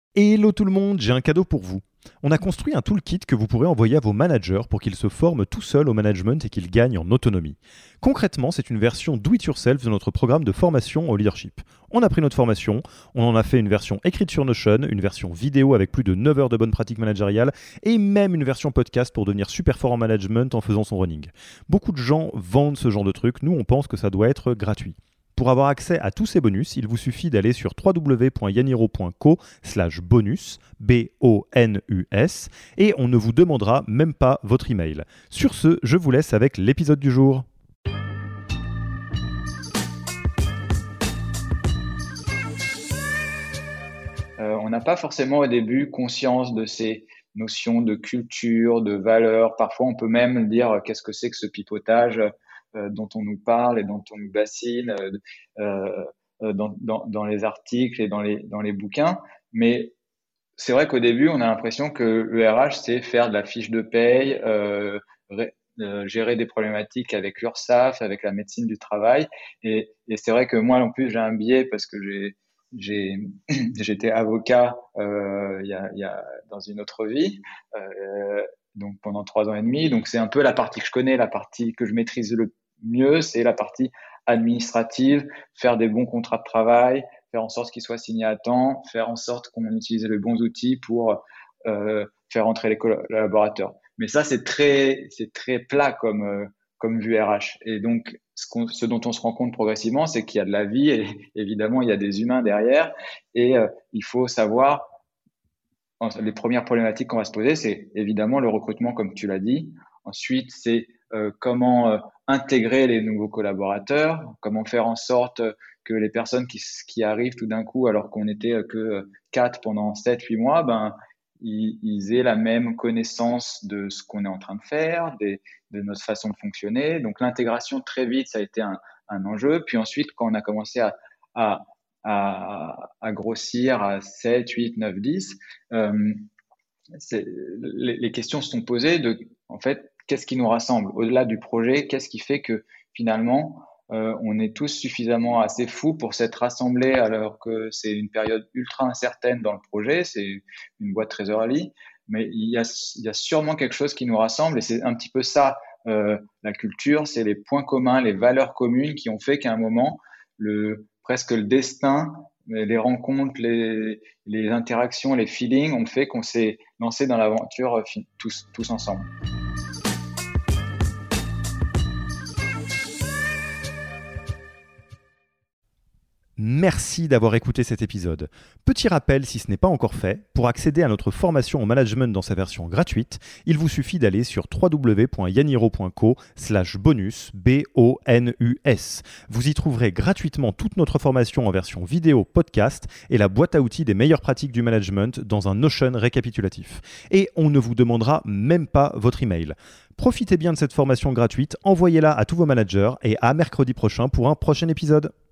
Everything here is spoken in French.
Hello tout le monde, j'ai un cadeau pour vous. On a construit un toolkit que vous pourrez envoyer à vos managers pour qu'ils se forment tout seuls au management et qu'ils gagnent en autonomie. Concrètement, c'est une version do-it-yourself de notre programme de formation au leadership. On a pris notre formation, on en a fait une version écrite sur Notion, une version vidéo avec plus de 9 heures de bonnes pratiques managériales et même une version podcast pour devenir super fort en management en faisant son running. Beaucoup de gens vendent ce genre de truc, nous on pense que ça doit être gratuit. Pour avoir accès à tous ces bonus, il vous suffit d'aller sur www.yaniro.co/bonus, B-O-N-U-S, et on ne vous demandera même pas votre email. Sur ce, je vous laisse avec l'épisode du jour. On n'a pas forcément au début conscience de ces notions de culture, de valeur. Parfois, on peut même dire qu'est-ce que c'est que ce pipotage dont on nous parle et dont on nous bassine dans les articles et dans les bouquins. Mais c'est vrai qu'au début, on a l'impression que le RH, c'est faire de la fiche de paye, gérer des problématiques avec l'URSSAF, avec la médecine du travail. Et c'est vrai que moi, en plus, j'ai un biais parce que j'étais avocat dans une autre vie, donc pendant 3 ans et demi. Donc c'est un peu la partie que je connais, la partie que je maîtrise le mieux, c'est la partie administrative, faire des bons contrats de travail, faire en sorte qu'ils soient signés à temps, faire en sorte qu'on utilise les bons outils pour faire entrer les collaborateurs. Mais ça, c'est très plat comme vue RH. Et donc, ce dont on se rend compte progressivement, c'est qu'il y a de la vie et évidemment, il y a des humains derrière. Et il faut savoir, les premières problématiques qu'on va se poser, c'est évidemment le recrutement, comme tu l'as dit. Ensuite, c'est comment intégrer les nouveaux collaborateurs, comment faire en sorte que les personnes qui arrivent tout d'un coup, alors qu'on n'était que 4 pendant 7-8 mois, ils aient la même connaissance de ce qu'on est en train de faire, de notre façon de fonctionner. Donc l'intégration, très vite, ça a été un enjeu. Puis ensuite, quand on a commencé à grossir à 7, 8, 9, 10, les questions se sont posées en fait, qu'est-ce qui nous rassemble au-delà du projet? Qu'est-ce qui fait que finalement, on est tous suffisamment assez fous pour s'être rassemblés alors que c'est une période ultra incertaine dans le projet, c'est une boîte trésorerie, mais il y a sûrement quelque chose qui nous rassemble et c'est un petit peu ça, la culture, c'est les points communs, les valeurs communes qui ont fait qu'à un moment, presque le destin, les rencontres, les interactions, les feelings ont fait qu'on s'est lancé dans l'aventure tous ensemble. Merci d'avoir écouté cet épisode. Petit rappel, si ce n'est pas encore fait, pour accéder à notre formation en management dans sa version gratuite, il vous suffit d'aller sur www.yaniro.co/bonus, B-O-N-U-S. Vous y trouverez gratuitement toute notre formation en version vidéo podcast et la boîte à outils des meilleures pratiques du management dans un Notion récapitulatif. Et on ne vous demandera même pas votre email. Profitez bien de cette formation gratuite, envoyez-la à tous vos managers et à mercredi prochain pour un prochain épisode.